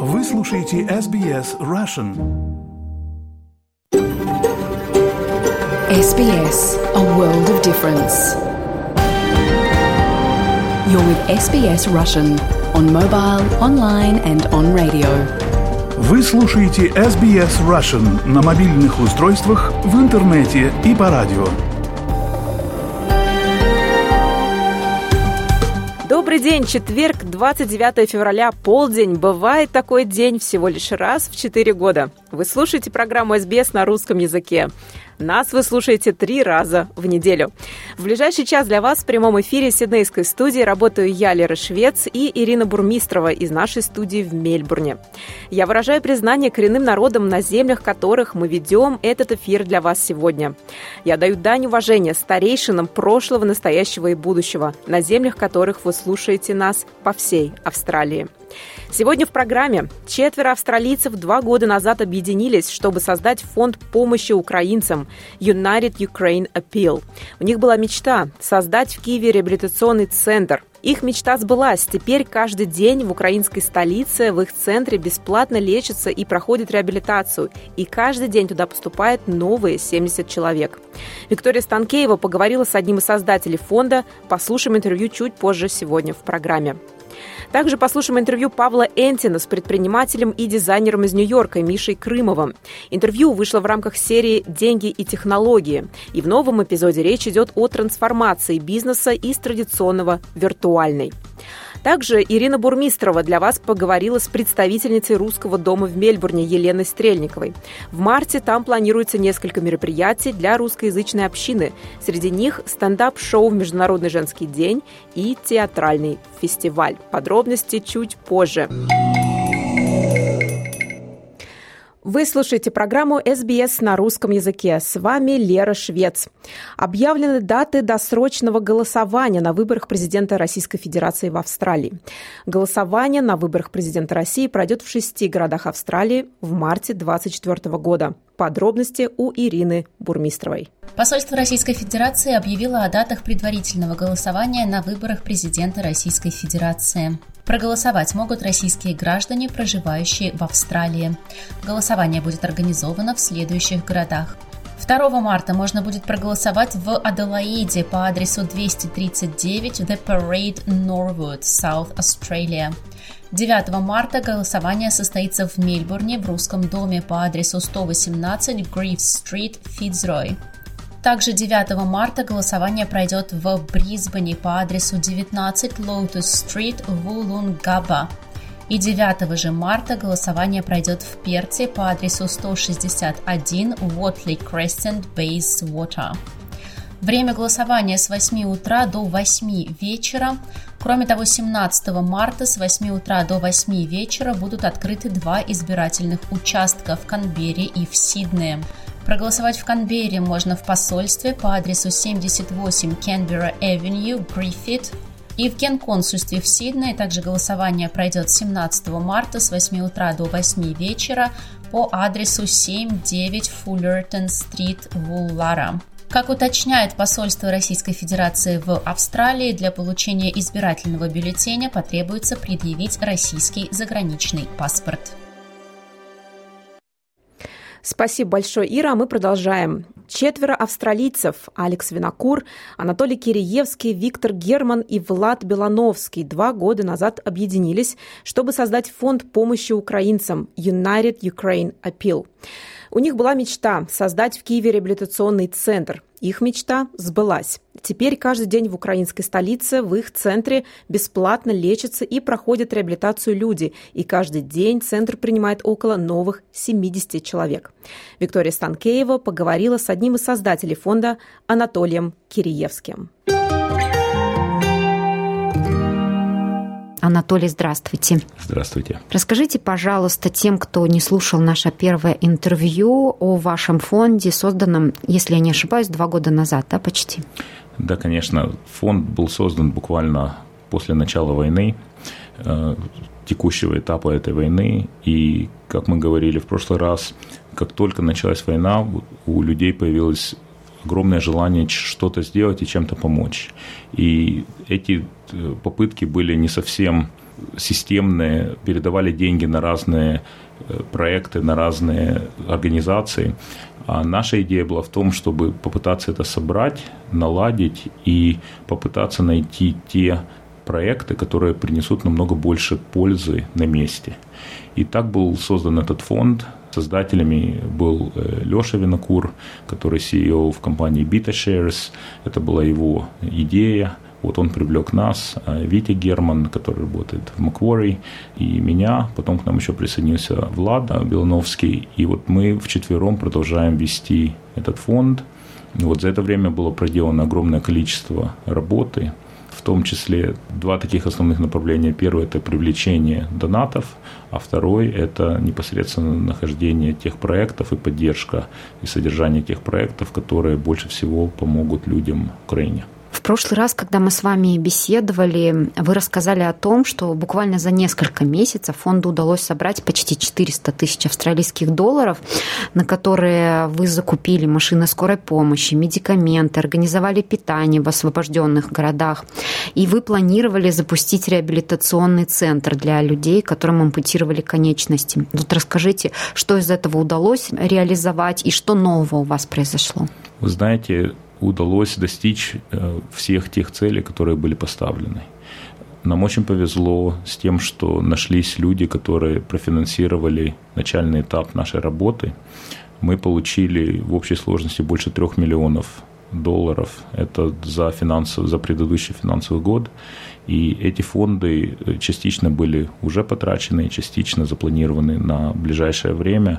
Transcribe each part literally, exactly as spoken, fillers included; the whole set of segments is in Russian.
Вы слушаете эс би эс Russian. эс би эс, a world of difference. You're with эс би эс Russian on mobile, online and on radio. Вы слушаете эс би эс Russian на мобильных устройствах, в интернете и по радио. Добрый день, четверг, двадцать девятое февраля, полдень. Бывает такой день всего лишь раз в четыре года. Вы слушаете программу эс би эс на русском языке. Нас вы слушаете три раза в неделю. В ближайший час для вас в прямом эфире из Сиднейской студии работаю я, Лера Швец, и Ирина Бурмистрова из нашей студии в Мельбурне. Я выражаю признание коренным народам, на землях которых мы ведем этот эфир для вас сегодня. Я даю дань уважения старейшинам прошлого, настоящего и будущего, на землях которых вы слушаете нас по всей Австралии. Сегодня в программе четверо австралийцев два года назад объединились, чтобы создать фонд помощи украинцам United Ukraine Appeal. У них была мечта создать в Киеве реабилитационный центр. Их мечта сбылась. Теперь каждый день в украинской столице, в их центре бесплатно лечатся и проходят реабилитацию. И каждый день туда поступает новые семьдесят человек. Виктория Станкеева поговорила с одним из создателей фонда. Послушаем интервью чуть позже сегодня в программе. Также послушаем интервью Павла Энтина с предпринимателем и дизайнером из Нью-Йорка Мишей Крымовым. Интервью вышло в рамках серии «Деньги и технологии». И в новом эпизоде речь идет о трансформации бизнеса из традиционного в виртуальный. Также Ирина Бурмистрова для вас поговорила с представительницей Русского дома в Мельбурне Еленой Стрельниковой. В марте там планируется несколько мероприятий для русскоязычной общины. Среди них стендап-шоу в Международный женский день и театральный фестиваль. Подробности чуть позже. Вы слушаете программу эс би эс на русском языке. С вами Лера Швец. Объявлены даты досрочного голосования на выборах президента Российской Федерации в Австралии. Голосование на выборах президента России пройдет в шести городах Австралии в марте две тысячи двадцать четвёртого года. Подробности у Ирины Бурмистровой. Посольство Российской Федерации объявило о датах предварительного голосования на выборах президента Российской Федерации. Проголосовать могут российские граждане, проживающие в Австралии. Голосование будет организовано в следующих городах. второго марта можно будет проголосовать в Аделаиде по адресу двести тридцать девять The Parade, Norwood, South Australia. девятого марта голосование состоится в Мельбурне в Русском доме по адресу сто восемнадцать Грифс Стрит, Фицрой. Также девятого марта голосование пройдет в Брисбене по адресу девятнадцать Lotus Street, Вулунгаба. И девятого же марта голосование пройдет в Перте по адресу сто шестьдесят один Уотли Crescent, Bayswater. Время голосования с восьми утра до восьми вечера. Кроме того, семнадцатого марта с восьми утра до восьми вечера будут открыты два избирательных участка в Канберре и в Сиднее. Проголосовать в Канберре можно в посольстве по адресу семьдесят восемь Canberra Avenue, Гриффит. И в генконсульстве в Сиднее также голосование пройдет семнадцатого марта с восьми утра до восьми вечера по адресу семь девять Fullerton Street, Вуллара. Как уточняет посольство Российской Федерации в Австралии, для получения избирательного бюллетеня потребуется предъявить российский заграничный паспорт. Спасибо большое, Ира. Мы продолжаем. Четверо австралийцев – Алекс Винокур, Анатолий Киреевский, Виктор Герман и Влад Белановский – два года назад объединились, чтобы создать фонд помощи украинцам United Ukraine Appeal. У них была мечта создать в Киеве реабилитационный центр. Их мечта сбылась. Теперь каждый день в украинской столице, в их центре бесплатно лечатся и проходят реабилитацию люди. И каждый день центр принимает около новых семидесяти человек. Виктория Станкеева поговорила с одним из создателей фонда Анатолием Киреевским. Анатолий, здравствуйте. Здравствуйте. Расскажите, пожалуйста, тем, кто не слушал наше первое интервью, о вашем фонде, созданном, если я не ошибаюсь, два года назад, да, почти? Да, конечно. Фонд был создан буквально после начала войны, текущего этапа этой войны. И, как мы говорили в прошлый раз, как только началась война, у людей появилось огромное желание что-то сделать и чем-то помочь. И эти попытки были не совсем системные, передавали деньги на разные проекты, на разные организации. А наша идея была в том, чтобы попытаться это собрать, наладить и попытаться найти те проекты, которые принесут намного больше пользы на месте. И так был создан этот фонд. Создателями был Леша Винокур, который си и о в компании BetaShares. Это была его идея. Вот он привлек нас, Витя Герман, который работает в Macquarie, и меня. Потом к нам еще присоединился Влад Белановский. И вот мы вчетвером продолжаем вести этот фонд. Вот за это время было проделано огромное количество работы, в том числе два таких основных направления. Первое – это привлечение донатов, а второй – это непосредственно нахождение тех проектов и поддержка и содержание тех проектов, которые больше всего помогут людям в Украине. В прошлый раз, когда мы с вами беседовали, вы рассказали о том, что буквально за несколько месяцев фонду удалось собрать почти четыреста тысяч австралийских долларов, на которые вы закупили машины скорой помощи, медикаменты, организовали питание в освобожденных городах. И вы планировали запустить реабилитационный центр для людей, которым ампутировали конечности. Вот расскажите, что из этого удалось реализовать и что нового у вас произошло? Вы знаете, удалось достичь всех тех целей, которые были поставлены. Нам очень повезло с тем, что нашлись люди, которые профинансировали начальный этап нашей работы. Мы получили в общей сложности больше трех миллионов долларов. Это за, финансов, за предыдущий финансовый год. И эти фонды частично были уже потрачены, частично запланированы на ближайшее время.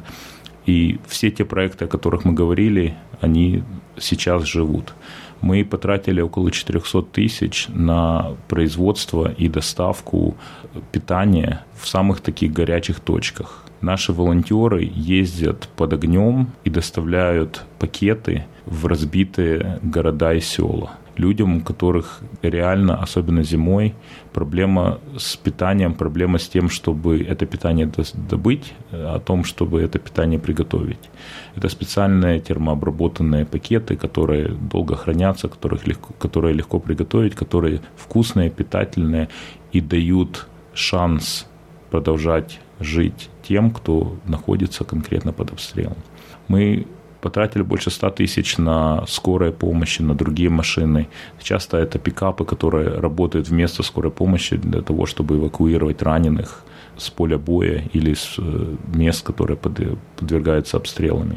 И все те проекты, о которых мы говорили, они сейчас живут. Мы потратили около четыреста тысяч на производство и доставку питания в самых таких горячих точках. Наши волонтеры ездят под огнем и доставляют пакеты в разбитые города и села. Людям, у которых реально, особенно зимой, проблема с питанием, проблема с тем, чтобы это питание добыть, о том, чтобы это питание приготовить. Это специальные термообработанные пакеты, которые долго хранятся, которых легко, которые легко приготовить, которые вкусные, питательные и дают шанс продолжать жить тем, кто находится конкретно под обстрелом. Мы потратили больше ста тысяч на скорой помощи, на другие машины. Часто это пикапы, которые работают вместо скорой помощи для того, чтобы эвакуировать раненых с поля боя или с мест, которые подвергаются обстрелами.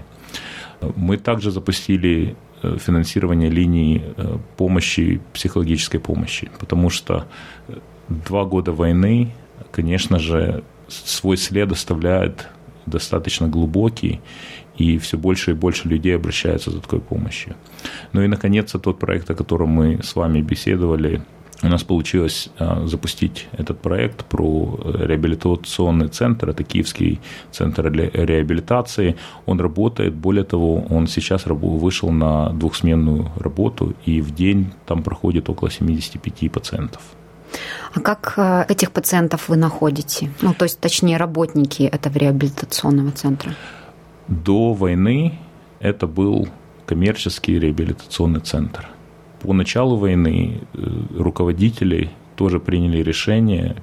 Мы также запустили финансирование линий помощи, психологической помощи, потому что два года войны, конечно же, свой след оставляет достаточно глубокий, и все больше и больше людей обращаются за такой помощью. Ну и, наконец, тот проект, о котором мы с вами беседовали, у нас получилось запустить этот проект про реабилитационный центр. Это Киевский центр реабилитации. Он работает, более того, он сейчас вышел на двухсменную работу, и в день там проходит около семьдесят пять пациентов. А как этих пациентов вы находите? Ну, то есть, точнее, работники этого реабилитационного центра? До войны это был коммерческий реабилитационный центр. По началу войны руководители тоже приняли решение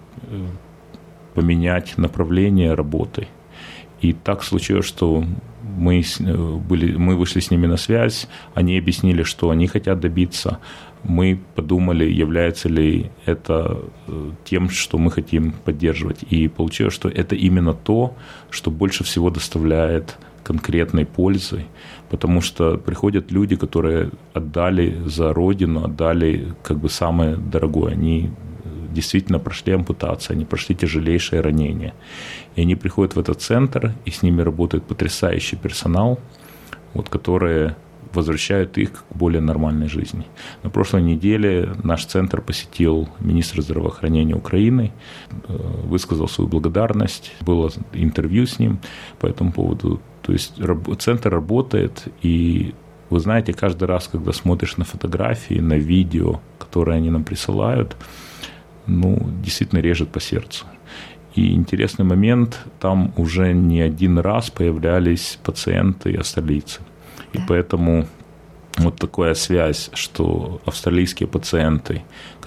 поменять направление работы. И так случилось, что мы, были, мы вышли с ними на связь, они объяснили, что они хотят добиться. Мы подумали, является ли это тем, что мы хотим поддерживать. И получилось, что это именно то, что больше всего доставляет конкретной пользы, потому что приходят люди, которые отдали за родину, отдали как бы самое дорогое. Они действительно прошли ампутацию, они прошли тяжелейшее ранение. И они приходят в этот центр, и с ними работает потрясающий персонал, вот, которые возвращают их к более нормальной жизни. На прошлой неделе наш центр посетил министр здравоохранения Украины, высказал свою благодарность, было интервью с ним по этому поводу. То есть центр работает, и вы знаете, каждый раз, когда смотришь на фотографии, на видео, которые они нам присылают, ну, действительно режет по сердцу. И интересный момент, там уже не один раз появлялись пациенты австралийцы. И поэтому вот такая связь, что австралийские пациенты,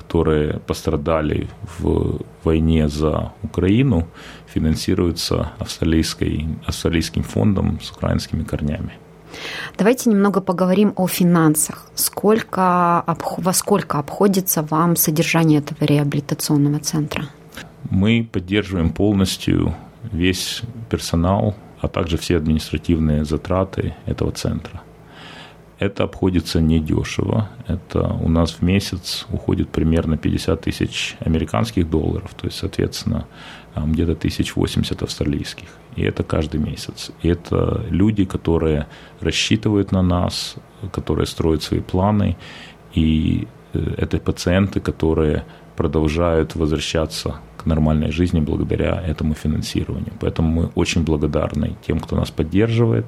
которые пострадали в войне за Украину, финансируются австралийским фондом с украинскими корнями. Давайте немного поговорим о финансах. Сколько, во сколько обходится вам содержание этого реабилитационного центра? Мы поддерживаем полностью весь персонал, а также все административные затраты этого центра. Это обходится недешево. Это у нас в месяц уходит примерно пятьдесят тысяч американских долларов, то есть, соответственно, где-то тысяч восемьдесят австралийских. И это каждый месяц. И это люди, которые рассчитывают на нас, которые строят свои планы. И это пациенты, которые продолжают возвращаться к нормальной жизни благодаря этому финансированию. Поэтому мы очень благодарны тем, кто нас поддерживает.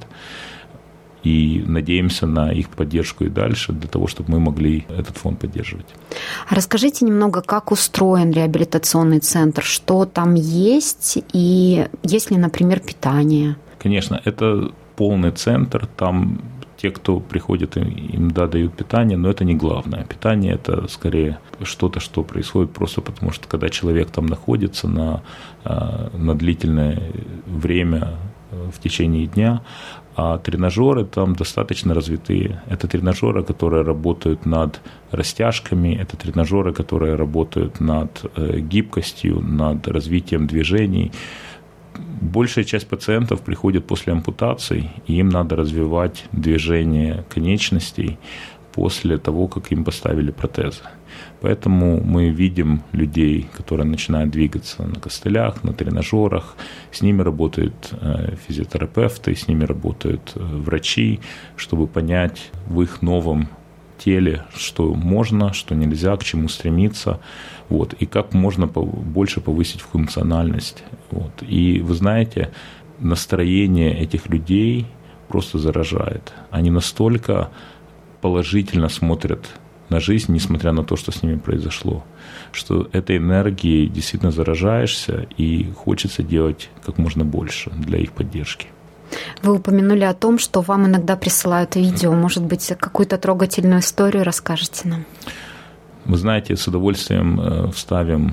И надеемся на их поддержку и дальше, для того, чтобы мы могли этот фонд поддерживать. Расскажите немного, как устроен реабилитационный центр, что там есть и есть ли, например, питание? Конечно, это полный центр, там те, кто приходит, им да, дают питание, но это не главное. Питание – это скорее что-то, что происходит просто потому, что когда человек там находится на, на длительное время в течение дня, а тренажеры там достаточно развитые. Это тренажеры, которые работают над растяжками, это тренажеры, которые работают над гибкостью, над развитием движений. Большая часть пациентов приходит после ампутаций, и им надо развивать движение конечностей после того, как им поставили протезы. Поэтому мы видим людей, которые начинают двигаться на костылях, на тренажерах. С ними работают физиотерапевты, с ними работают врачи, чтобы понять в их новом теле, что можно, что нельзя, к чему стремиться, вот, и как можно больше повысить функциональность. Вот. И вы знаете, настроение этих людей просто заражает. Они настолько положительно смотрят на жизнь, несмотря на то, что с ними произошло, что этой энергией действительно заражаешься, и хочется делать как можно больше для их поддержки. Вы упомянули о том, что вам иногда присылают видео. Может быть, какую-то трогательную историю расскажете нам? Вы знаете, с удовольствием вставим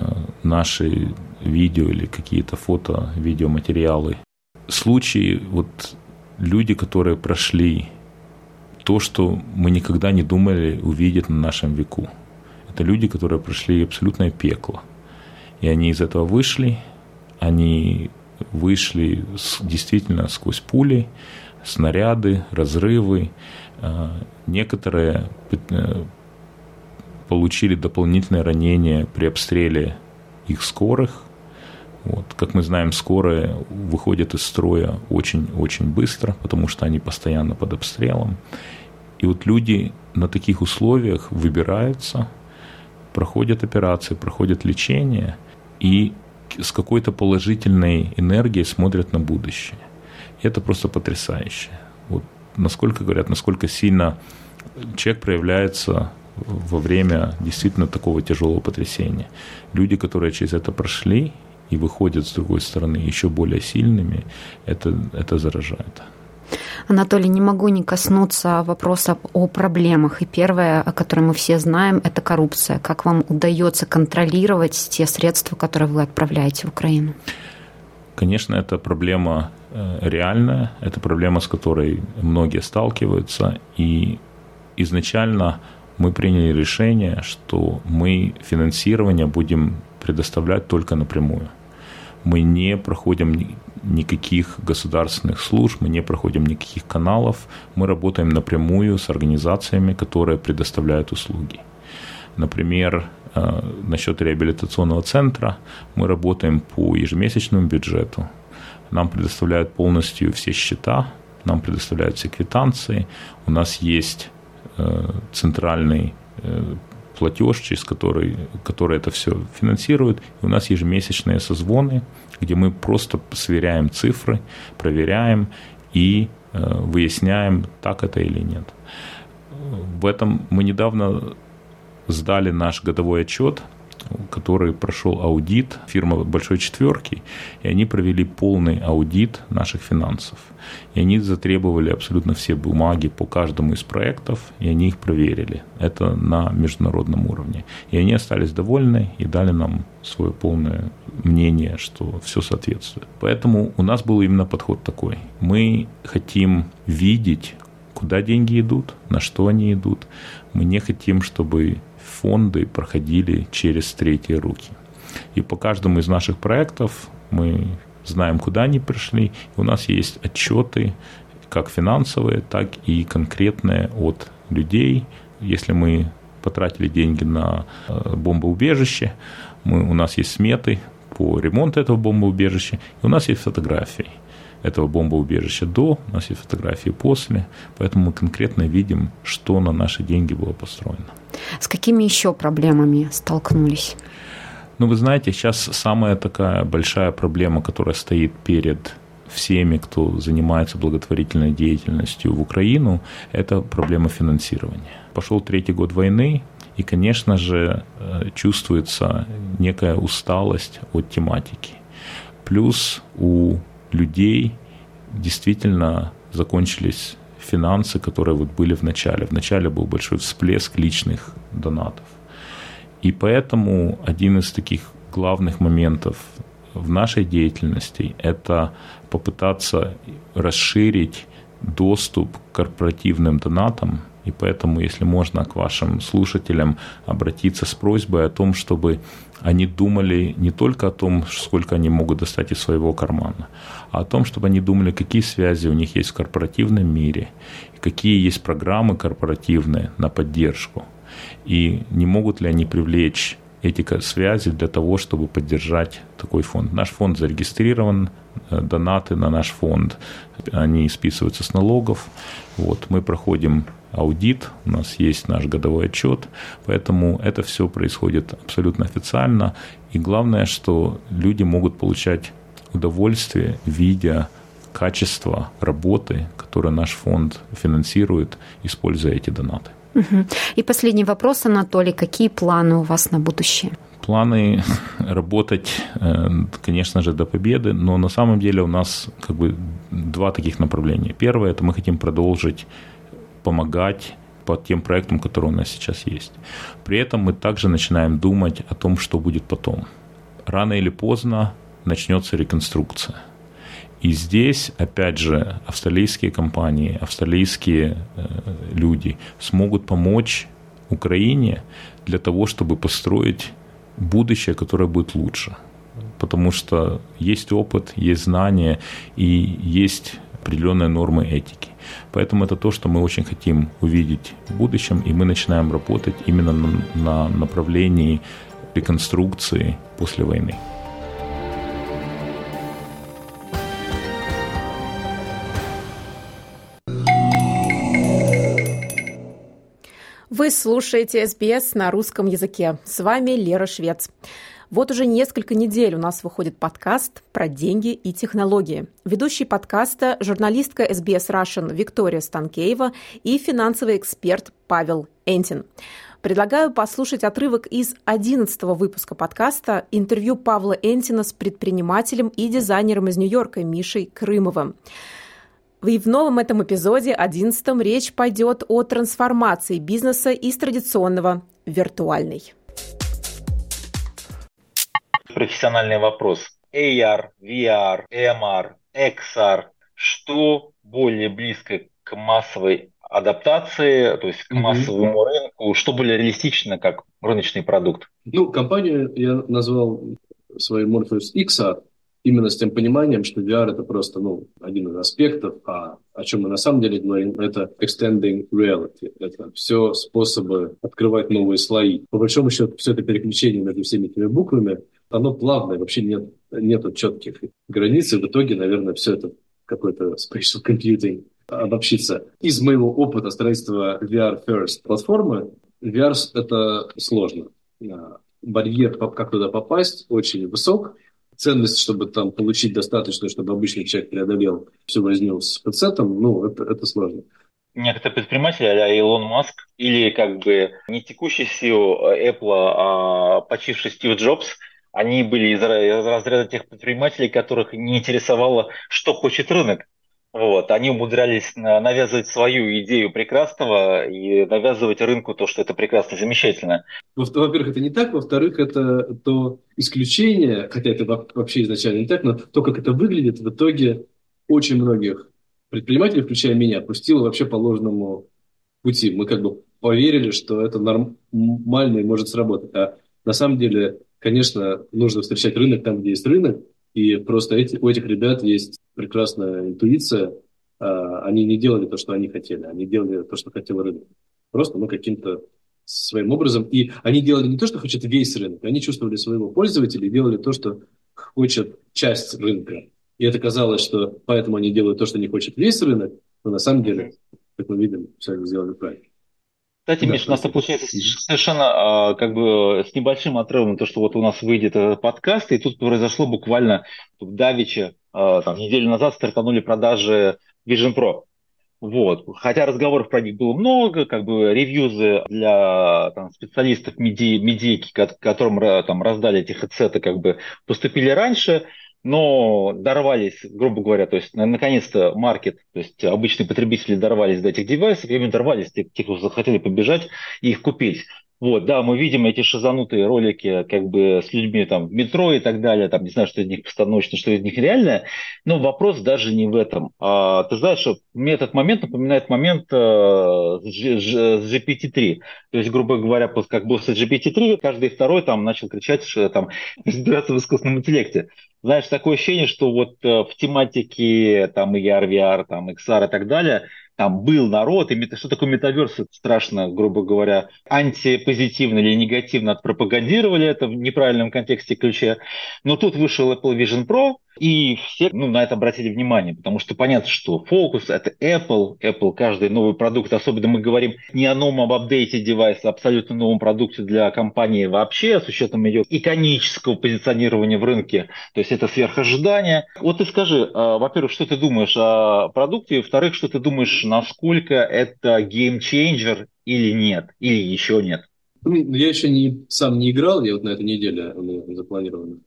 наши видео или какие-то фото, видеоматериалы. Случаи, вот люди, которые прошли то, что мы никогда не думали увидеть на нашем веку. Это люди, которые прошли абсолютное пекло. И они из этого вышли, они вышли действительно сквозь пули, снаряды, разрывы. Некоторые получили дополнительные ранения при обстреле их скорых. Вот. Как мы знаем, скорые выходят из строя очень-очень быстро, потому что они постоянно под обстрелом. И вот люди на таких условиях выбираются, проходят операции, проходят лечение и с какой-то положительной энергией смотрят на будущее. И это просто потрясающе. Вот насколько, говорят, насколько сильно человек проявляется во время действительно такого тяжелого потрясения. Люди, которые через это прошли и выходят с другой стороны еще более сильными, это, это заражает. Анатолий, не могу не коснуться вопроса о проблемах. И первое, о котором мы все знаем, это коррупция. Как вам удается контролировать те средства, которые вы отправляете в Украину? Конечно, это проблема реальная, это проблема, с которой многие сталкиваются. И изначально мы приняли решение, что мы финансирование будем предоставлять только напрямую. Мы не проходим никаких государственных служб, мы не проходим никаких каналов, мы работаем напрямую с организациями, которые предоставляют услуги. Например, насчет реабилитационного центра мы работаем по ежемесячному бюджету. Нам предоставляют полностью все счета, нам предоставляют все квитанции, у нас есть центральный платеж, через который, который это все финансирует. И у нас ежемесячные созвоны, где мы просто сверяем цифры, проверяем и э, выясняем, так это или нет. В этом мы недавно сдали наш годовой отчет, который прошел аудит, фирма Большой Четверки, и они провели полный аудит наших финансов. И они затребовали абсолютно все бумаги по каждому из проектов, и они их проверили. Это на международном уровне. И они остались довольны и дали нам свое полное мнение, что все соответствует. Поэтому у нас был именно подход такой. Мы хотим видеть, куда деньги идут, на что они идут. Мы не хотим, чтобы фонды проходили через третьи руки. И по каждому из наших проектов мы знаем, куда они пришли. И у нас есть отчеты, как финансовые, так и конкретные от людей. Если мы потратили деньги на бомбоубежище, мы, у нас есть сметы по ремонту этого бомбоубежища, и у нас есть фотографии этого бомбоубежища до, у нас есть фотографии после, поэтому мы конкретно видим, что на наши деньги было построено. С какими еще проблемами столкнулись? Ну, вы знаете, сейчас самая такая большая проблема, которая стоит перед всеми, кто занимается благотворительной деятельностью в Украину, это проблема финансирования. Пошел третий год войны, и, конечно же, чувствуется некая усталость от тематики. Плюс у людей действительно закончились финансы, которые вот были в начале. В начале был большой всплеск личных донатов. И поэтому один из таких главных моментов в нашей деятельности – это попытаться расширить доступ к корпоративным донатам. И поэтому, если можно, к вашим слушателям обратиться с просьбой о том, чтобы они думали не только о том, сколько они могут достать из своего кармана, а о том, чтобы они думали, какие связи у них есть в корпоративном мире, какие есть программы корпоративные на поддержку, и не могут ли они привлечь эти связи для того, чтобы поддержать такой фонд. Наш фонд зарегистрирован, донаты на наш фонд, они списываются с налогов. Вот, мы проходим аудит, у нас есть наш годовой отчет, поэтому это все происходит абсолютно официально. И главное, что люди могут получать удовольствие, видя качество работы, которое наш фонд финансирует, используя эти донаты. И последний вопрос, Анатолий. Какие планы у вас на будущее? Планы работать, конечно же, до победы, но на самом деле у нас как бы два таких направления. Первое – это мы хотим продолжить помогать по тем проектам, которые у нас сейчас есть. При этом мы также начинаем думать о том, что будет потом. Рано или поздно начнется реконструкция. И здесь, опять же, австралийские компании, австралийские э, люди смогут помочь Украине для того, чтобы построить будущее, которое будет лучше. Потому что есть опыт, есть знания и есть определенные нормы этики. Поэтому это то, что мы очень хотим увидеть в будущем, и мы начинаем работать именно на, на направлении реконструкции после войны. Вы слушаете эс би эс на русском языке. С вами Лера Швец. Вот уже несколько недель у нас выходит подкаст про деньги и технологии. Ведущий подкаста – журналистка эс би эс Russian Виктория Станкеева и финансовый эксперт Павел Энтин. Предлагаю послушать отрывок из одиннадцатого выпуска подкаста интервью Павла Энтина с предпринимателем и дизайнером из Нью-Йорка Мишей Крымовым. И в новом этом эпизоде, одиннадцатом, речь пойдет о трансформации бизнеса из традиционного в виртуальный. Профессиональный вопрос. эй ар, ви ар, эм ар, икс ар. Что более близко к массовой адаптации, то есть к mm-hmm. массовому рынку, что более реалистично как рыночный продукт? Ну, компанию я назвал свой Morpheus икс ар, именно с тем пониманием, что ви ар – это просто ну, один из аспектов, а о чем мы на самом деле говорим, это extending reality. Это все способы открывать новые слои. По большому счету, все это переключение между всеми этими буквами, оно плавное, вообще нет нету четких границ, и в итоге, наверное, все это какой-то spatial computing обобщится. Из моего опыта строительства ви ар First платформы, ви ар – это сложно. Барьер, как туда попасть, очень высок. Ценность, чтобы там получить достаточно, чтобы обычный человек преодолел всю возню с хедсетом, ну, это, это сложно. некоторые предприниматели, а-ля Илон Маск, или как бы не текущий си и о Apple, а почивший Стив Джобс, они были из разряда тех предпринимателей, которых не интересовало, что хочет рынок. Вот. Они умудрялись навязывать свою идею прекрасного и навязывать рынку то, что это прекрасно, замечательно. Во-первых, это не так. Во-вторых, это то исключение, хотя это вообще изначально не так, но то, как это выглядит, в итоге очень многих предпринимателей, включая меня, пустило вообще по ложному пути. Мы как бы поверили, что это нормально и может сработать. А на самом деле, конечно, нужно встречать рынок там, где есть рынок, и просто эти, у этих ребят есть прекрасная интуиция. А, они не делали то, что они хотели, они делали то, что хотел рынок. Просто, ну, каким-то своим образом. И они делали не то, что хочет весь рынок, они чувствовали своего пользователя и делали то, что хочет часть рынка. И это казалось, что поэтому они делают то, что не хочет весь рынок, но на самом деле, как мы видим, все они сделали правильно. Кстати, Да, Миш, у нас получается совершенно а, как бы с небольшим отрывом то, что вот у нас выйдет этот подкаст, и тут произошло буквально давеча, а, там, неделю назад стартанули продажи Vision Pro. Вот. Хотя разговоров про них было много, как бы ревьюзы для там, специалистов меди, медийки, которым там, раздали эти хедсеты, как бы поступили раньше, но дорвались, грубо говоря, то есть наконец-то маркет, то есть обычные потребители дорвались до этих девайсов, именно дорвались те, те, кто захотели побежать и их купить. Вот, да, мы видим эти шизанутые ролики как бы с людьми там в метро и так далее, там не знаю, что из них постановочно, что из них реальное, но вопрос даже не в этом. А, ты знаешь, что мне этот момент напоминает момент а, с, G, с джи пи ти три. То есть, грубо говоря, как был с джи пи ти три, каждый второй там начал кричать, что там разбираться в искусственном интеллекте. Знаешь, такое ощущение, что вот в тематике там и ар, ви ар, там икс ар и так далее, там был народ, и что такое метаверс, страшно, грубо говоря, антипозитивно или негативно отпропагандировали это в неправильном контексте ключе. Но тут вышел Apple Vision Pro, и все ну, на это обратили внимание, потому что понятно, что фокус это Apple, Apple каждый новый продукт, особенно мы говорим не о новом об апдейте девайса, а абсолютно новом продукте для компании вообще, с учетом ее иконического позиционирования в рынке, то есть это сверхожидание. Вот ты скажи, во-первых, что ты думаешь о продукте, во-вторых, что ты думаешь, насколько это геймчейнджер или нет, или еще нет? Я еще не, сам не играл, я вот на этой неделе запланировано.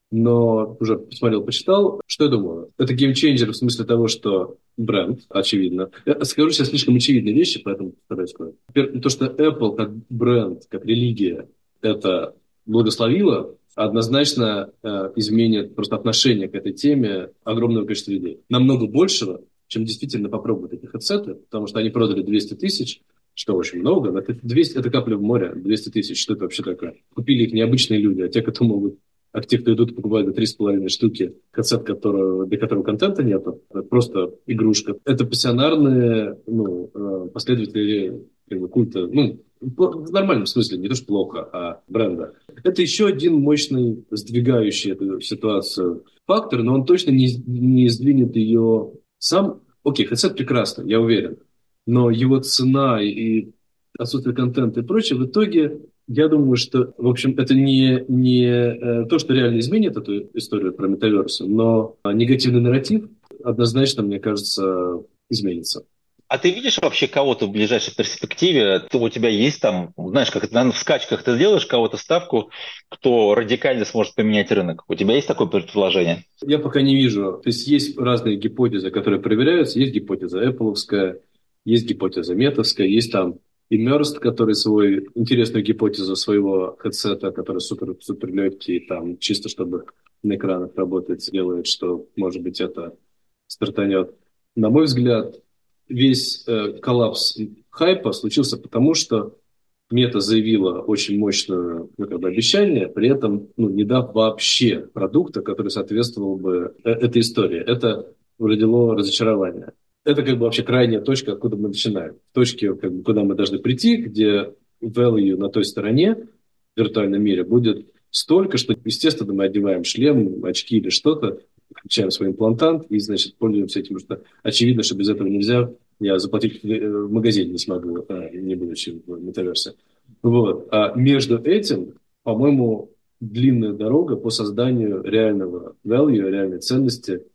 Но уже посмотрел, почитал. Что я думаю? Это геймчейнджер в смысле того, что бренд, очевидно. Я скажу сейчас слишком очевидные вещи, поэтому постараюсь сказать. То, что Apple как бренд, как религия, это благословило, однозначно э, изменит просто отношение к этой теме огромного количества людей. Намного большего, чем действительно попробуют эти хедсеты, потому что они продали двести тысяч, что очень много. Это, двести, это капля в море, двести тысяч, что это вообще такое? Купили их не обычные люди, а те, кто могут. А те, кто идут, покупают за три с половиной штуки хедсет, которого, для которого контента нет, это просто игрушка. Это пассионарные ну, последователи как бы, культа, ну, в нормальном смысле, не то что плохо, а бренда. Это еще один мощный, сдвигающий эту ситуацию фактор, но он точно не, не сдвинет ее сам. Окей, хедсет прекрасно, я уверен, но его цена и отсутствие контента и прочее в итоге... Я думаю, что, в общем, это не, не э, то, что реально изменит эту историю про метаверс, но негативный нарратив однозначно, мне кажется, изменится. А ты видишь вообще кого-то в ближайшей перспективе? Кто у тебя есть там, знаешь, как это, наверное, в скачках ты сделаешь кого-то ставку, кто радикально сможет поменять рынок? У тебя есть такое предположение? Я пока не вижу. То есть есть разные гипотезы, которые проверяются. Есть гипотеза Apple'овская, есть гипотеза метовская, есть там Immersed, который свою интересную гипотезу своего хедсета, который супер, супер легкий, там, чисто чтобы на экранах работать, делает, что, может быть, это стартанет. На мой взгляд, весь э, коллапс хайпа случился потому, что Мета заявила очень мощное ну, как бы, обещание, при этом ну, не дав вообще продукта, который соответствовал бы э- этой истории. Это родило разочарование. Это как бы вообще крайняя точка, откуда мы начинаем. Точки, как бы, куда мы должны прийти, где value на той стороне в виртуальном мире будет столько, что, естественно, мы одеваем шлем, очки или что-то, включаем свой имплантант и, значит, пользуемся этим, потому что очевидно, что без этого нельзя. Я заплатить в магазине не смогу, не будучи в метаверсе. Вот. А между этим, по-моему, длинная дорога по созданию реального value, реальной ценности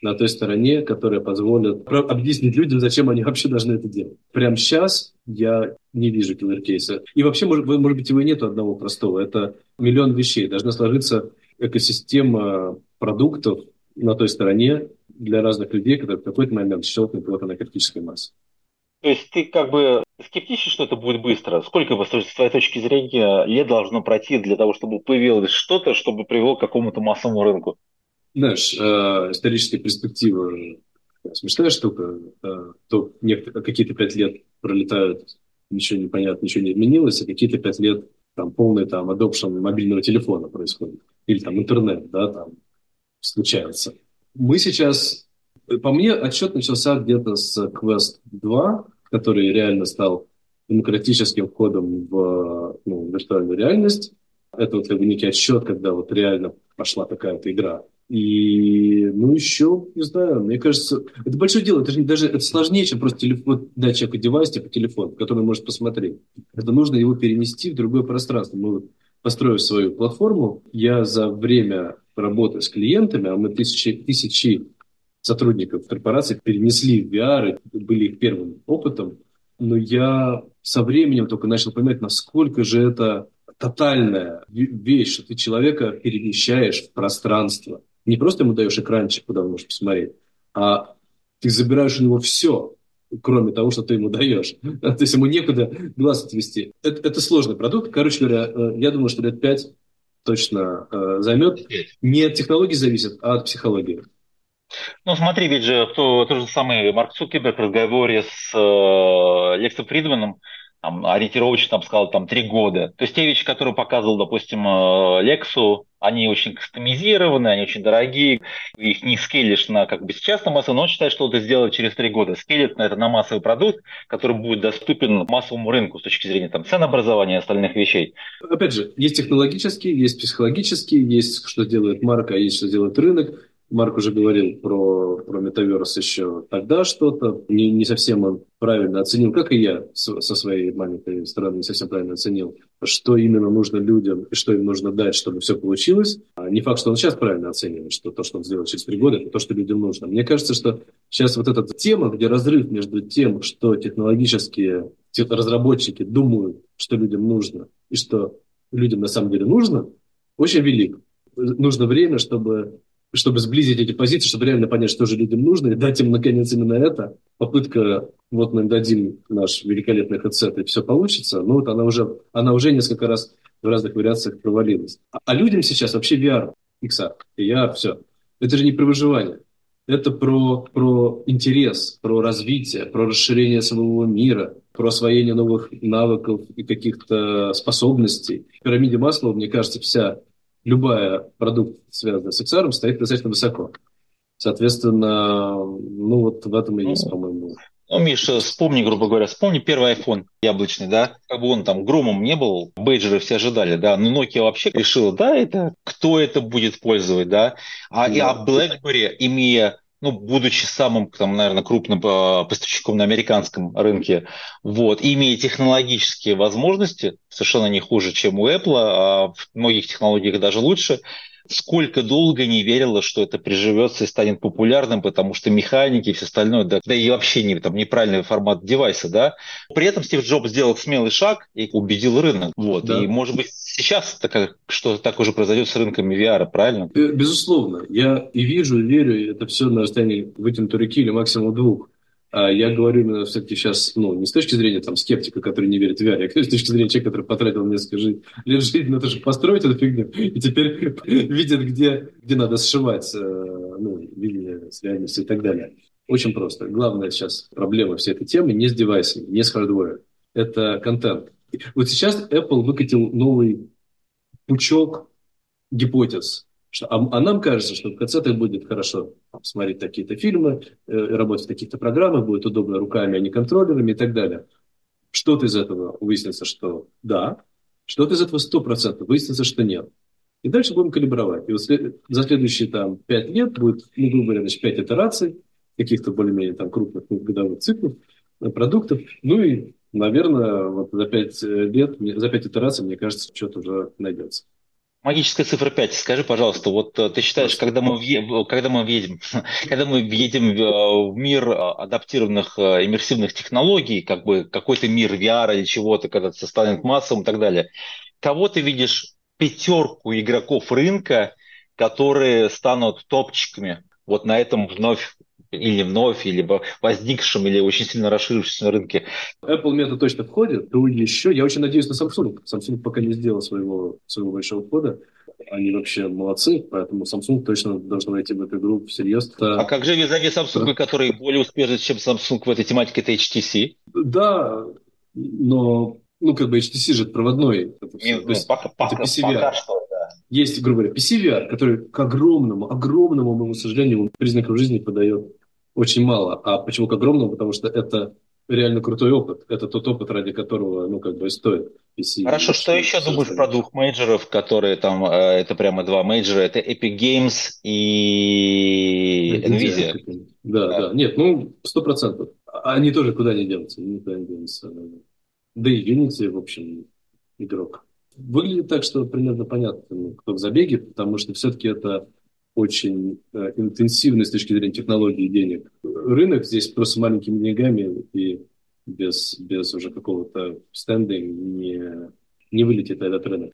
на той стороне, которая позволит объяснить людям, зачем они вообще должны это делать. Прямо сейчас я не вижу киллер-кейса. И вообще, может, может быть, его и нету одного простого. Это миллион вещей. Должна сложиться экосистема продуктов на той стороне для разных людей, которые в какой-то момент щелкнут вот на критической массе. То есть ты как бы скептичен, что это будет быстро? Сколько, с твоей точки зрения, лет должно пройти для того, чтобы появилось что-то, чтобы привело к какому-то массовому рынку? Знаешь, э, исторические перспективы смешная штука. Э, то некоторые, какие-то пять лет пролетают, ничего не понятно, ничего не изменилось, а какие-то пять лет там полный там adoption мобильного телефона происходит. Или там интернет, да, там случается. Мы сейчас, по мне, отсчет начался где-то с Quest два, который реально стал демократическим входом в ну, виртуальную реальность. Это вот как бы некий отсчет, когда вот реально пошла такая-то игра. И, ну, еще, не знаю, мне кажется, это большое дело, это же даже это сложнее, чем просто телефон, дать человеку девайс, типа телефон, который он может посмотреть. Это нужно его перенести в другое пространство. Мы вот, построив свою платформу, я за время работы с клиентами, а мы тысячи, тысячи сотрудников корпорации перенесли в ви ар, были их первым опытом, но я со временем только начал понимать, насколько же это тотальная вещь, что ты человека перемещаешь в пространство. Не просто ему даешь экранчик, куда он может посмотреть, а ты забираешь у него все, кроме того, что ты ему даешь. То есть ему некуда глаз отвести. Это, это сложный продукт. Короче говоря, я думаю, что лет пять точно займет. Не от технологий зависит, а от психологии. Ну, смотри, ведь же то, тот же самый Марк Цукерберг в разговоре с э, Лексом Фридманом там, ориентировочно там, сказал там три года. То есть те вещи, которые показывал, допустим, э, Лексу, они очень кастомизированы, они очень дорогие, их не скейлишь на как бы сейчас на массу, но он считает, что это сделать через три года. Скейлит на это на массовый продукт, который будет доступен массовому рынку с точки зрения там, ценообразования и остальных вещей. Опять же, есть технологические, есть психологические, есть что делает марка, а есть что делает рынок. Марк уже говорил про, про метаверс еще тогда что-то. Не, не совсем он правильно оценил, как и я с, со своей маленькой стороны не совсем правильно оценил, что именно нужно людям и что им нужно дать, чтобы все получилось. А не факт, что он сейчас правильно оценивает, что то, что он сделал через три года, это то, что людям нужно. Мне кажется, что сейчас вот эта тема, где разрыв между тем, что технологические разработчики думают, что людям нужно, и что людям на самом деле нужно, очень велик. Нужно время, чтобы... чтобы сблизить эти позиции, чтобы реально понять, что же людям нужно, и дать им, наконец, именно это. Попытка, вот мы им дадим наш великолепный хедсет, и все получится, ну вот она уже, она уже несколько раз в разных вариациях провалилась. А, а людям сейчас вообще ви ар, икс ар, и ар, все. Это же не про выживание. Это про, про интерес, про развитие, про расширение своего мира, про освоение новых навыков и каких-то способностей. В пирамиде Маслоу, мне кажется, вся любая продукт, связанный с икс ар, стоит достаточно высоко. Соответственно, ну вот в этом и есть, по-моему. Ну, Миша, вспомни, грубо говоря, вспомни первый iPhone яблочный, да, как бы он там громом не был, бейджеры все ожидали, да, но Nokia вообще решила, да, это кто это будет пользовать, да, а, да. а BlackBerry, имея, ну, будучи самым, там, наверное, крупным поставщиком на американском рынке, вот, имея технологические возможности, совершенно не хуже, чем у Apple, а в многих технологиях даже лучше, сколько долго не верила, что это приживется и станет популярным, потому что механики и все остальное, да, да и вообще не, там, неправильный формат девайса, да. При этом Стив Джобс сделал смелый шаг и убедил рынок. Вот. Да. И, может быть, сейчас так, что-то так уже произойдет с рынками ви ар, правильно? Безусловно. Я и вижу, и верю, это все на расстоянии вытянутой руки или максимум двух. Я говорю именно все-таки сейчас, ну, не с точки зрения там, скептика, который не верит в ви ар, я говорю с точки зрения человека, который потратил несколько жи- лет жизни на то, чтобы построить эту фигню, и теперь видит, где, где надо сшивать ну, видение с реальностью и так далее. Очень просто. Главная сейчас проблема всей этой темы не с девайсами, не с хардвером. Это контент. Вот сейчас Apple выкатил новый пучок гипотез. Что, а, а нам кажется, что в конце будет хорошо смотреть такие-то фильмы, э, работать в таких-то программах, будет удобно руками, а не контроллерами и так далее. Что-то из этого выяснится, что да, что-то из этого сто процентов выяснится, что нет. И дальше будем калибровать. И вот след... за следующие там, пять лет будет, ну, грубо говоря, значит, пять итераций, каких-то более-менее там, крупных ну, годовых циклов, э, продуктов. Ну и, наверное, вот за пять лет, за пять итераций, мне кажется, что-то уже найдется. Магическая цифра пять. Скажи, пожалуйста, вот ты считаешь, когда мы, въедем, когда мы въедем, когда мы въедем в мир адаптированных иммерсивных технологий, как бы какой-то мир ви ар или чего-то, когда это станет массовым и так далее, кого ты видишь пятерку игроков рынка, которые станут топчиками вот на этом вновь или вновь, или возникшем, или очень сильно расширившемся рынке? Apple мета точно входит, но еще я очень надеюсь на Samsung. Samsung пока не сделал своего, своего большого входа. Они вообще молодцы, поэтому Samsung точно должен войти в эту игру всерьез. А как же визави Samsung, да, который более успешный, чем Samsung в этой тематике, это эйч ти си? Да, но ну как бы эйч ти си же проводной. Это, не, ну, есть, пока, это пи си ви ар. Пока что, да. Есть, грубо говоря, пи си ви ар, который к огромному, огромному, моему сожалению, признакам жизни подает очень мало. А почему к огромному? Потому что это реально крутой опыт. Это тот опыт, ради которого, ну, как бы, и стоит пи си. Хорошо, что еще думаешь про двух мейджоров, которые там, это прямо два мейджора, это Epic Games и Nvidia? Да, да, да. Нет, ну, сто процентов. Они тоже куда не денутся. Никуда не денутся. Да и Unity, в общем, игрок. Выглядит так, что примерно понятно, кто в забеге, потому что все-таки это очень э, интенсивный с точки зрения технологий и денег рынок. Здесь просто маленькими деньгами и без, без уже какого-то стендинга не, не вылетит этот рынок.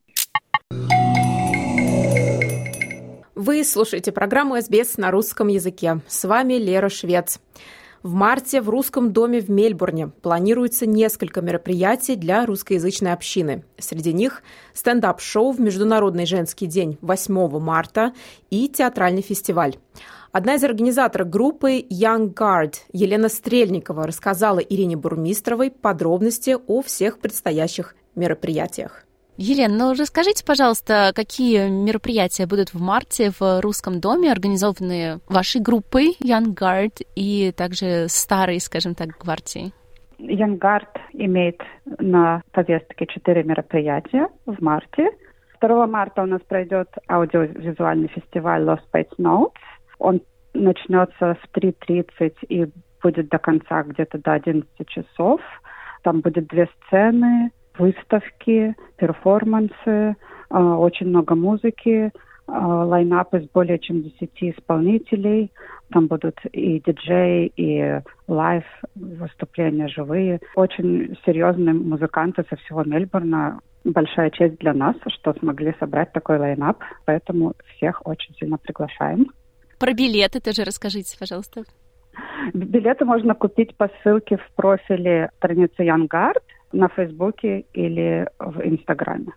Вы слушаете программу эс би эс на русском языке. С вами Лера Швец. В марте в Русском доме в Мельбурне планируется несколько мероприятий для русскоязычной общины. Среди них стендап-шоу в Международный женский день восьмого марта и театральный фестиваль. Одна из организаторов группы Young Guard Елена Стрельникова рассказала Ирине Бурмистровой подробности о всех предстоящих мероприятиях. Елена, ну расскажите, пожалуйста, какие мероприятия будут в марте в Русском доме, организованные вашей группой Young Guard и также старой, скажем так, гвардией? Young Guard имеет на повестке четыре мероприятия в марте. второго марта у нас пройдет аудиовизуальный фестиваль Lost Space Notes. Он начнется в три тридцать и будет до конца где-то до одиннадцати часов. Там будет две сцены, выставки, перформансы, очень много музыки, лайнап из более чем десяти исполнителей. Там будут и диджеи, и лайв выступления живые. Очень серьезные музыканты со всего Мельбурна. Большая честь для нас, что смогли собрать такой лайнап, поэтому всех очень сильно приглашаем. Про билеты тоже расскажите, пожалуйста. Билеты можно купить по ссылке в профиле страницы Young Guard на Фейсбуке или в Инстаграме.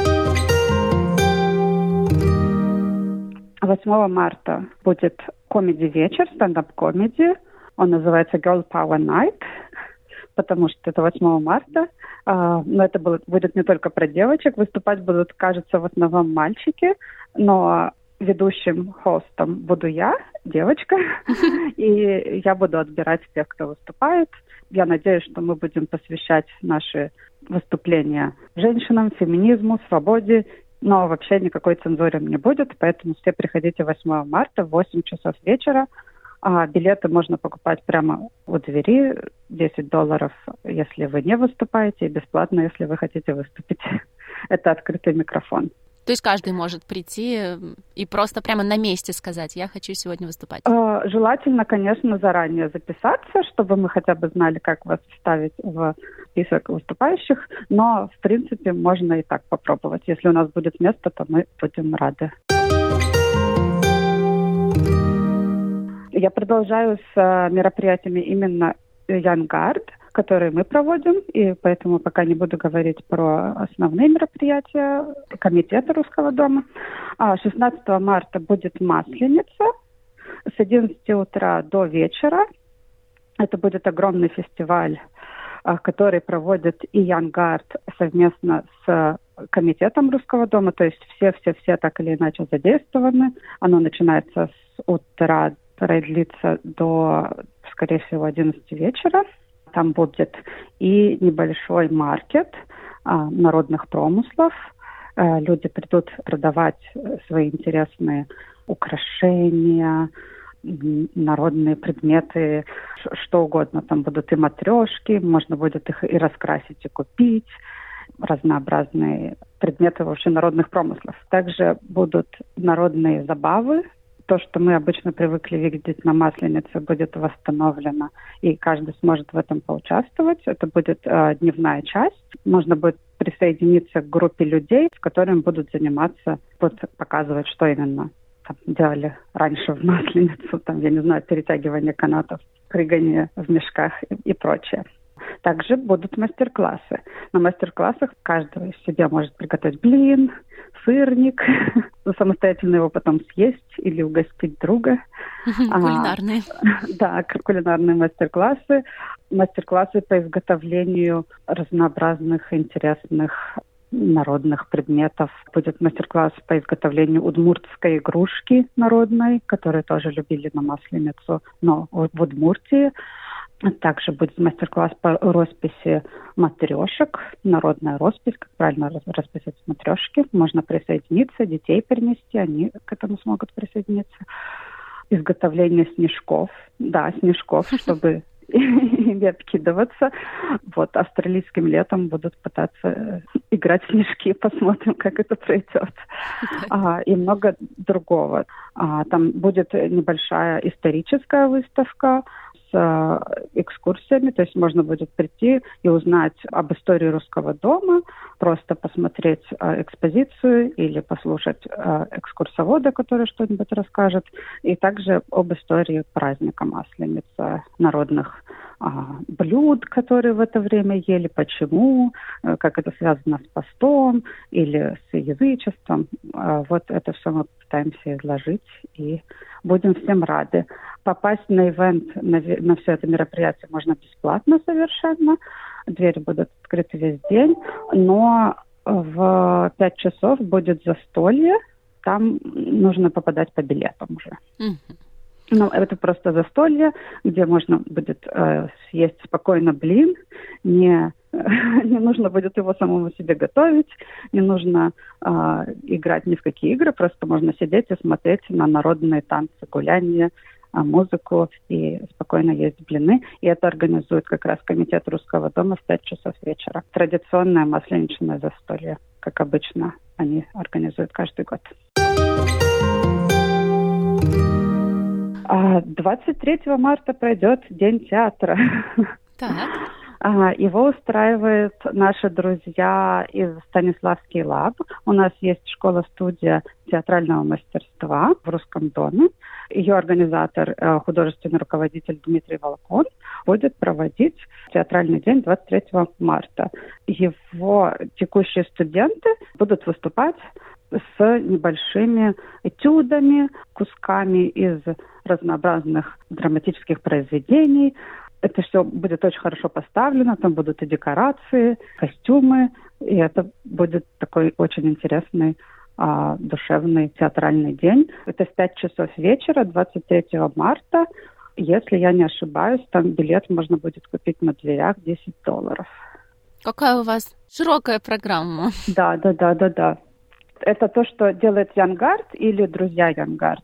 восьмого марта будет комеди-вечер, стендап-комеди. Он называется Girl Power Night, потому что это восьмого марта. Но это будет не только про девочек. Выступать будут, кажется, в основном мальчики, но ведущим хостом буду я, девочка, и я буду отбирать тех, кто выступает. Я надеюсь, что мы будем посвящать наши выступления женщинам, феминизму, свободе, но вообще никакой цензуры не будет, поэтому все приходите восьмого марта в восемь часов вечера. А билеты можно покупать прямо у двери, десять долларов, если вы не выступаете, и бесплатно, если вы хотите выступить. Это открытый микрофон. То есть каждый может прийти и просто прямо на месте сказать: я хочу сегодня выступать? Желательно, конечно, заранее записаться, чтобы мы хотя бы знали, как вас вставить в список выступающих. Но, в принципе, можно и так попробовать. Если у нас будет место, то мы будем рады. Я продолжаю с мероприятиями именно Young Guard, которые мы проводим, и поэтому пока не буду говорить про основные мероприятия комитета Русского дома. шестнадцатого марта будет Масленица с одиннадцати утра до вечера. Это будет огромный фестиваль, который проводит и Young Guard совместно с комитетом Русского дома, то есть все-все-все так или иначе задействованы. Оно начинается с утра, продлится до, скорее всего, одиннадцати вечера. Там будет и небольшой маркет а, народных промыслов. А, люди придут продавать свои интересные украшения, народные предметы, что угодно. Там будут и матрешки, можно будет их и раскрасить, и купить. разнообразные предметы вообще народных промыслов. Также будут народные забавы. То, что мы обычно привыкли видеть на Масленице, будет восстановлено, и каждый сможет в этом поучаствовать. Это будет э, дневная часть. Можно будет присоединиться к группе людей, с которыми будут заниматься, будут показывать, что именно там делали раньше в Масленицу. Там, я не знаю, перетягивание канатов, прыгание в мешках и, и прочее. Также будут мастер-классы. На мастер-классах каждый себе может приготовить блин, сырник, самостоятельно его потом съесть или угостить друга. Кулинарные. А, да, кулинарные мастер-классы. Мастер-классы по изготовлению разнообразных интересных народных предметов. Будет мастер-класс по изготовлению удмуртской игрушки народной, которую тоже любили на Масленицу, но в Удмуртии. Также будет мастер-класс по росписи матрешек, народная роспись, как правильно расписать матрешки. Можно присоединиться, детей принести, они к этому смогут присоединиться. Изготовление снежков, да, снежков, чтобы ими откидываться. Вот, австралийским летом будут пытаться играть в снежки, посмотрим, как это пройдет. А, и много другого. А, там будет небольшая историческая выставка с экскурсиями, то есть можно будет прийти и узнать об истории русского дома, просто посмотреть э, экспозицию или послушать э, экскурсовода, который что-нибудь расскажет, и также об истории праздника Масленица, народных э, блюд, которые в это время ели, почему, э, как это связано с постом или с язычеством. Э, вот это все мы пытаемся изложить и будем всем рады. Попасть на ивент, на, на все это мероприятие можно бесплатно совершенно. Двери будут открыты весь день. Но в пять часов будет застолье. Там нужно попадать по билетам уже. Mm-hmm. Ну, это просто застолье, где можно будет э, съесть спокойно блин. Не, не нужно будет его самому себе готовить. Не нужно э, играть ни в какие игры. Просто можно сидеть и смотреть на народные танцы, гуляния, музыку и спокойно есть блины. И это организует как раз Комитет Русского дома в пять часов вечера. Традиционное масленичное застолье, как обычно, они организуют каждый год. двадцать третьего марта пройдет День театра. Так. Его устраивают наши друзья из Станиславский лаб. У нас есть школа-студия театрального мастерства в Русском доме. Ее организатор, художественный руководитель Дмитрий Волкон, будет проводить театральный день двадцать третьего марта. Его текущие студенты будут выступать с небольшими этюдами, кусками из разнообразных драматических произведений. Это все будет очень хорошо поставлено, там будут и декорации, костюмы, и это будет такой очень интересный, а, душевный театральный день. Это в пять часов вечера, двадцать третьего марта. Если я не ошибаюсь, там билет можно будет купить на дверях десять долларов. Какая у вас широкая программа. Да, да, да, да, да. Это то, что делает Янгард или друзья Янгард.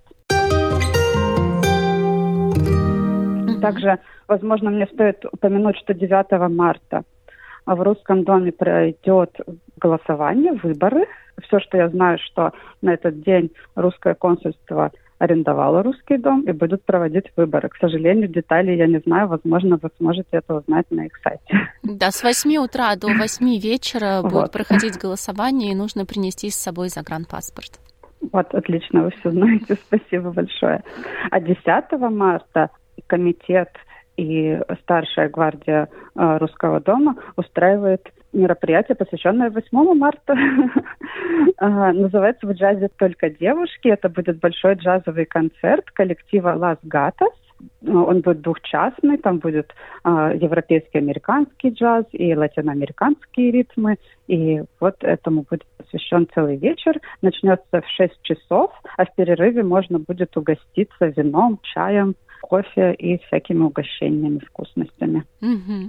Также, возможно, мне стоит упомянуть, что девятого марта в Русском доме пройдет голосование, выборы. Все, что я знаю, что на этот день русское консульство арендовало Русский дом и будут проводить выборы. К сожалению, деталей я не знаю. Возможно, вы сможете это узнать на их сайте. Да, с восьми утра до восьми вечера будет вот проходить голосование, и нужно принести с собой загранпаспорт. Вот, отлично, вы все знаете. Спасибо большое. А десятого марта комитет и старшая гвардия э, Русского дома устраивает мероприятие, посвященное восьмому марта. Называется «В джазе только девушки». Это будет большой джазовый концерт коллектива «Лас Гатас». Он будет двухчастный, там будет европейский, американский джаз и латиноамериканские ритмы. И вот этому будет посвящен целый вечер. Начнется в шесть часов, а в перерыве можно будет угоститься вином, чаем, кофе и всякими угощениями, вкусностями. Mm-hmm.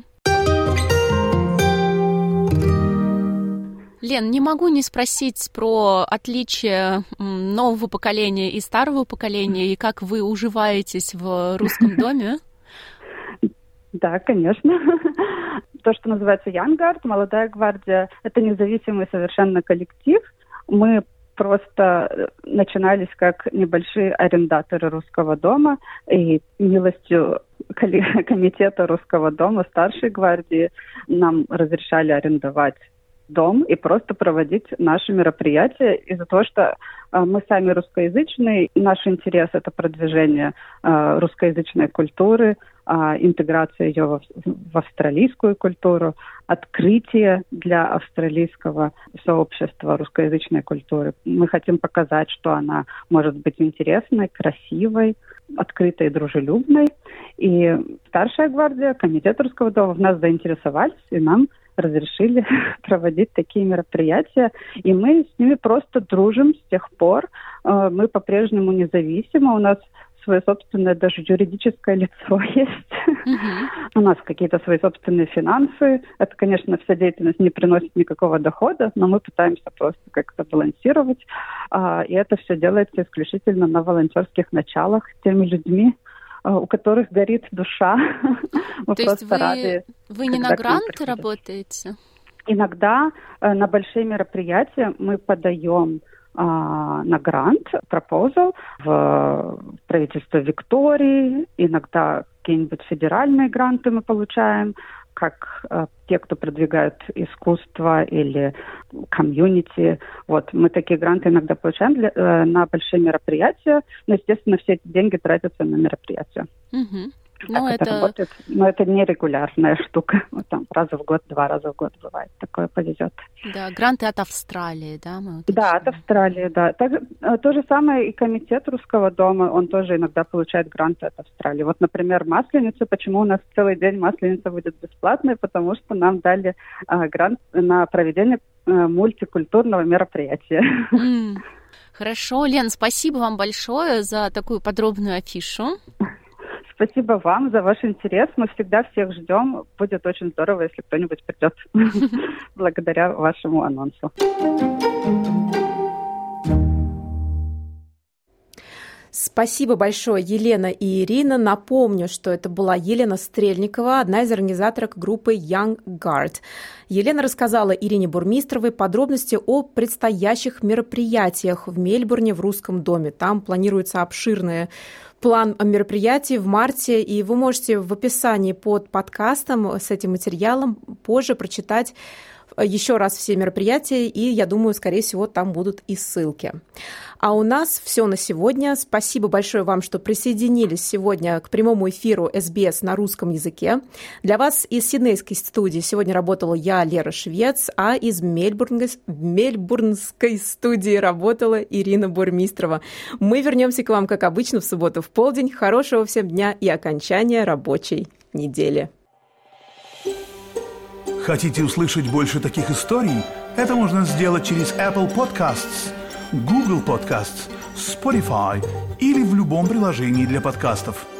Лен, не могу не спросить про отличие нового поколения и старого поколения, и как вы уживаетесь в Русском доме. Да, конечно. То, что называется Young Guard, молодая гвардия, это независимый совершенно коллектив. Мы просто начинались как небольшие арендаторы Русского дома, и милостью комитета Русского дома старшей гвардии нам разрешали арендовать дом и просто проводить наши мероприятия из-за того, что э, мы сами русскоязычные, наш интерес – это продвижение э, русскоязычной культуры, э, интеграция ее в, в австралийскую культуру, открытие для австралийского сообщества русскоязычной культуры. Мы хотим показать, что она может быть интересной, красивой, открытой, дружелюбной. И старшая гвардия, комитет Русского дома в нас заинтересовались, и нам разрешили проводить такие мероприятия, и мы с ними просто дружим с тех пор. Мы по-прежнему независимы, у нас свое собственное даже юридическое лицо есть. Uh-huh. У нас какие-то свои собственные финансы. Это, конечно, вся деятельность не приносит никакого дохода, но мы пытаемся просто как-то балансировать. И это все делается исключительно на волонтерских началах теми людьми, у которых горит душа. Мы То есть вы, рады, вы не на грант работаете? Иногда э, на большие мероприятия мы подаем э, на грант, proposal в правительство Виктории, иногда какие-нибудь федеральные гранты мы получаем, как э, те, кто продвигают искусство или комьюнити. Вот, мы такие гранты иногда получаем для, э, на большие мероприятия, но, естественно, все эти деньги тратятся на мероприятия. Угу. Так ну, это... это работает. Но это не регулярная штука. Вот там раз в год, два раза в год бывает. Такое повезет. Да, гранты от Австралии, да? Мы вот да, от Австралии, да. Так, то же самое и комитет Русского дома, он тоже иногда получает гранты от Австралии. Вот, например, Масленица. Почему у нас целый день Масленица будет бесплатной? Потому что нам дали а, грант на проведение а, мультикультурного мероприятия. Mm. Хорошо, Лен, спасибо вам большое за такую подробную афишу. Спасибо вам за ваш интерес. Мы всегда всех ждем. Будет очень здорово, если кто-нибудь придет благодаря вашему анонсу. Спасибо большое, Елена и Ирина. Напомню, что это была Елена Стрельникова, одна из организаторок группы Young Guard. Елена рассказала Ирине Бурмистровой подробности о предстоящих мероприятиях в Мельбурне в Русском доме. Там планируется обширный план мероприятий в марте, и вы можете в описании под подкастом с этим материалом позже прочитать еще раз все мероприятия, и, я думаю, скорее всего, там будут и ссылки. А у нас все на сегодня. Спасибо большое вам, что присоединились сегодня к прямому эфиру эс би эс на русском языке. Для вас из Сиднейской студии сегодня работала я, Лера Швец, а из Мельбурнской, Мельбурнской студии работала Ирина Бурмистрова. Мы вернемся к вам, как обычно, в субботу в полдень. Хорошего всем дня и окончания рабочей недели. Хотите услышать больше таких историй? Это можно сделать через Apple Podcasts, Google Podcasts, Spotify или в любом приложении для подкастов.